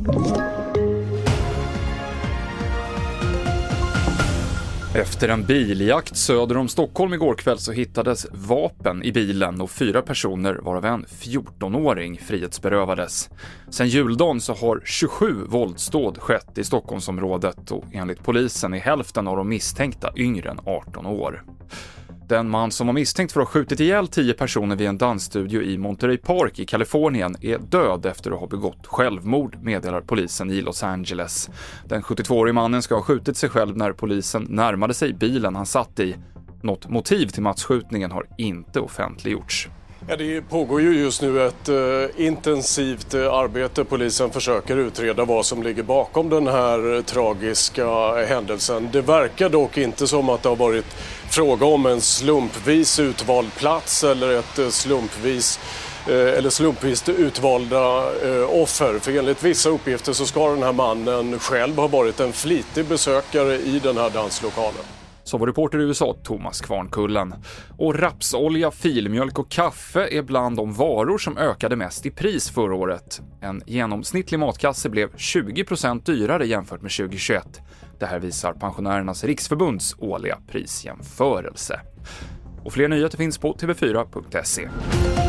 Efter en biljakt söder om Stockholm igår kväll så hittades vapen i bilen och 4 personer, varav en 14-åring, frihetsberövades. Sen juldagen så har 27 våldsdåd skett i Stockholmsområdet och enligt polisen är hälften av de misstänkta yngre än 18 år. Den man som var misstänkt för att ha skjutit ihjäl 10 personer vid en dansstudio i Monterey Park i Kalifornien är död efter att ha begått självmord, meddelar polisen i Los Angeles. Den 72-årige mannen ska ha skjutit sig själv när polisen närmade sig bilen han satt i. Något motiv till massskjutningen har inte offentliggjorts. Ja, det pågår ju just nu ett intensivt arbete. Polisen försöker utreda vad som ligger bakom den här tragiska händelsen. Det verkar dock inte som att det har varit fråga om en slumpvis utvald plats eller ett slumpvis utvalda offer. För enligt vissa uppgifter så ska den här mannen själv ha varit en flitig besökare i den här danslokalen. Så var reporter i USA Thomas Kvarnkullen. Och rapsolja, filmjölk och kaffe är bland de varor som ökade mest i pris förra året. En genomsnittlig matkasse blev 20% dyrare jämfört med 2021. Det här visar Pensionärernas riksförbunds årliga prisjämförelse. Och fler nyheter finns på tv4.se.